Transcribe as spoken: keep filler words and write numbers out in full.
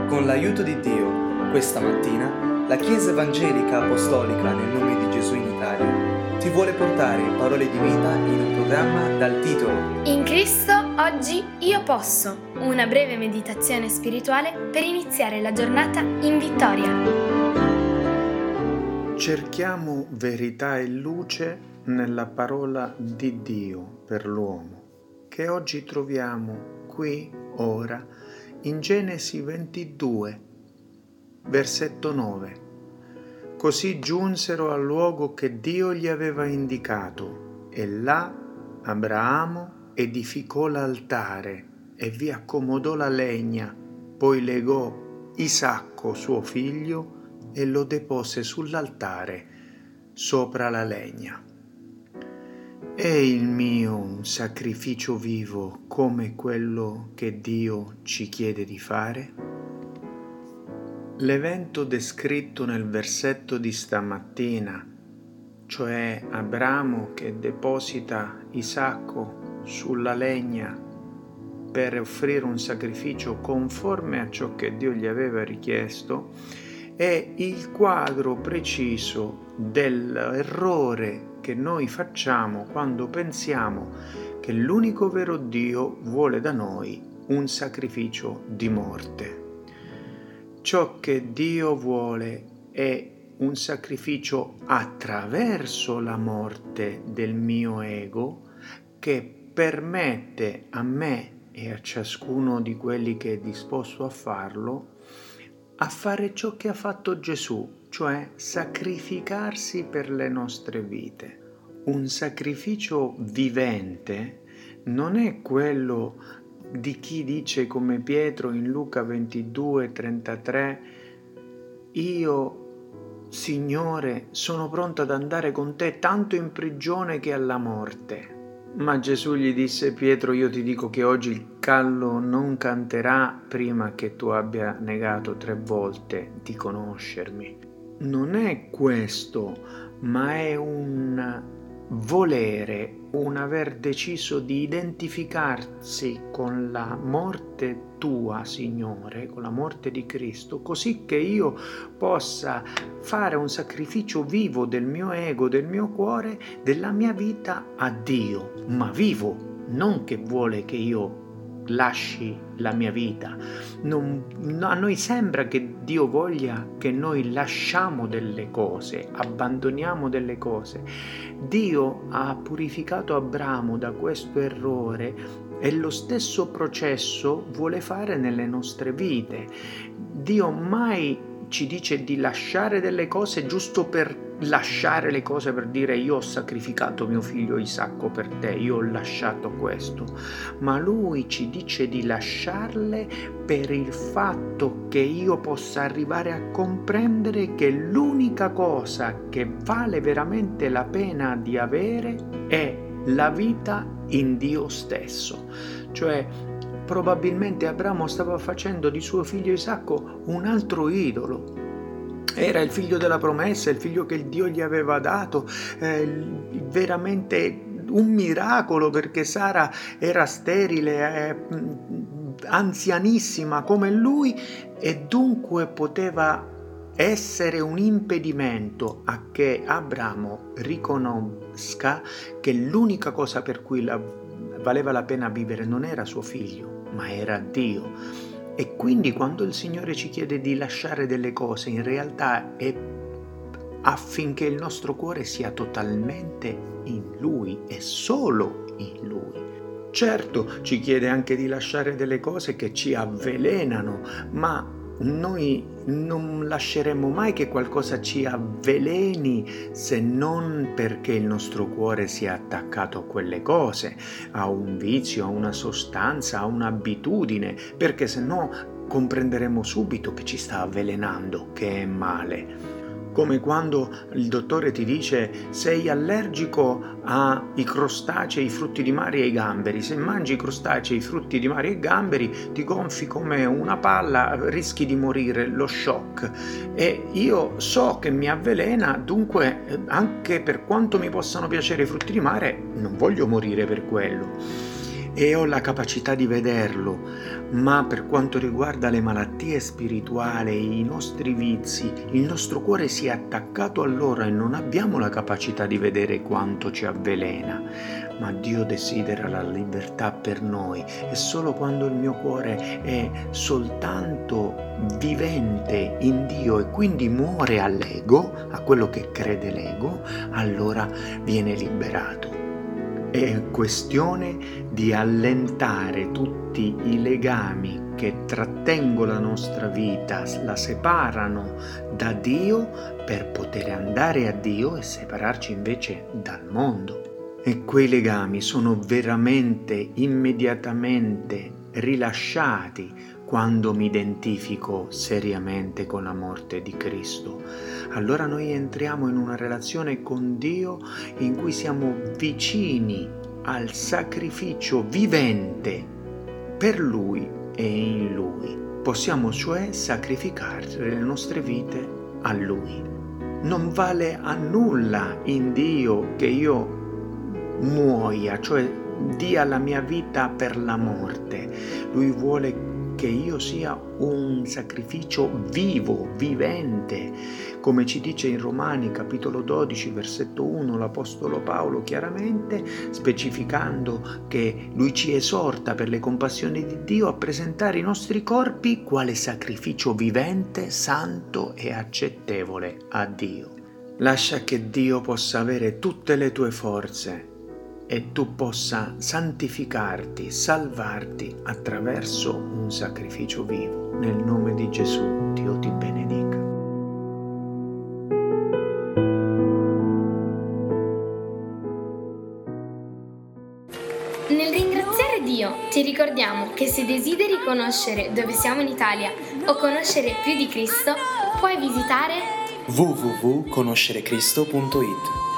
Con l'aiuto di Dio, questa mattina, la Chiesa Evangelica Apostolica nel nome di Gesù in Italia ti vuole portare parole di vita in un programma dal titolo In Cristo oggi io posso, una breve meditazione spirituale per iniziare la giornata in vittoria. Cerchiamo verità e luce nella parola di Dio per l'uomo, che oggi troviamo qui, ora, in Genesi ventidue, versetto nove. Così giunsero al luogo che Dio gli aveva indicato, e là Abramo edificò l'altare e vi accomodò la legna, poi legò Isacco suo figlio e lo depose sull'altare sopra la legna. È il mio un sacrificio vivo come quello che Dio ci chiede di fare? L'evento descritto nel versetto di stamattina, cioè Abramo che deposita Isacco sulla legna per offrire un sacrificio conforme a ciò che Dio gli aveva richiesto, è il quadro preciso dell'errore che noi facciamo quando pensiamo che l'unico vero Dio vuole da noi un sacrificio di morte. Ciò che Dio vuole è un sacrificio attraverso la morte del mio ego che permette a me e a ciascuno di quelli che è disposto a farlo a fare ciò che ha fatto Gesù, cioè sacrificarsi per le nostre vite. Un sacrificio vivente non è quello di chi dice come Pietro in Luca ventidue trentatré: io, Signore, sono pronto ad andare con te tanto in prigione che alla morte. Ma Gesù gli disse: Pietro, io ti dico che oggi il gallo non canterà prima che tu abbia negato tre volte di conoscermi. Non è questo, ma è un volere, un aver deciso di identificarsi con la morte tua, Signore, con la morte di Cristo, così che io possa fare un sacrificio vivo del mio ego, del mio cuore, della mia vita a Dio, ma vivo, non che vuole che io lasci la mia vita. Non, no, a noi sembra che Dio voglia che noi lasciamo delle cose, abbandoniamo delle cose. Dio ha purificato Abramo da questo errore e lo stesso processo vuole fare nelle nostre vite. Dio mai ci dice di lasciare delle cose giusto per lasciare le cose, per dire io ho sacrificato mio figlio Isacco per te, io ho lasciato questo, ma Lui ci dice di lasciarle per il fatto che io possa arrivare a comprendere che l'unica cosa che vale veramente la pena di avere è la vita in Dio stesso. Cioè probabilmente Abramo stava facendo di suo figlio Isacco un altro idolo. Era il figlio della promessa, il figlio che Dio gli aveva dato, eh, veramente un miracolo, perché Sara era sterile, eh, anzianissima come lui, e dunque poteva essere un impedimento a che Abramo riconosca che l'unica cosa per cui la, valeva la pena vivere non era suo figlio, ma era Dio. E quindi quando il Signore ci chiede di lasciare delle cose, in realtà è affinché il nostro cuore sia totalmente in Lui e solo in Lui. Certo, ci chiede anche di lasciare delle cose che ci avvelenano, ma noi non lasceremo mai che qualcosa ci avveleni se non perché il nostro cuore sia attaccato a quelle cose, a un vizio, a una sostanza, a un'abitudine, perché se no comprenderemo subito che ci sta avvelenando, che è male. Come quando il dottore ti dice sei allergico ai crostacei, ai frutti di mare e ai gamberi. Se mangi i crostacei, i frutti di mare e i gamberi ti gonfi come una palla, rischi di morire, lo shock. E io so che mi avvelena, dunque anche per quanto mi possano piacere i frutti di mare non voglio morire per quello. e ho la capacità di vederlo, ma per quanto riguarda le malattie spirituali, i nostri vizi, il nostro cuore si è attaccato a loro e non abbiamo la capacità di vedere quanto ci avvelena. Ma Dio desidera la libertà per noi e solo quando il mio cuore è soltanto vivente in Dio e quindi muore all'ego, a quello che crede l'ego, allora viene liberato. È questione di allentare tutti i legami che trattengono la nostra vita, la separano da Dio per poter andare a Dio e separarci invece dal mondo. E quei legami sono veramente immediatamente rilasciati quando mi identifico seriamente con la morte di Cristo. Allora noi entriamo in una relazione con Dio in cui siamo vicini al sacrificio vivente per Lui e in Lui. Possiamo cioè sacrificare le nostre vite a Lui. Non vale a nulla in Dio che io muoia, cioè dia la mia vita per la morte. Lui vuole che io sia un sacrificio vivo, vivente, come ci dice in Romani capitolo dodici versetto uno l'Apostolo Paolo chiaramente, specificando che lui ci esorta per le compassioni di Dio a presentare i nostri corpi quale sacrificio vivente, santo e accettevole a Dio. Lascia che Dio possa avere tutte le tue forze e tu possa santificarti, salvarti attraverso un sacrificio vivo. Nel nome di Gesù, Dio ti benedica. Nel ringraziare Dio ti ricordiamo che se desideri conoscere dove siamo in Italia o conoscere più di Cristo, puoi visitare w w w punto conoscere cristo punto i t.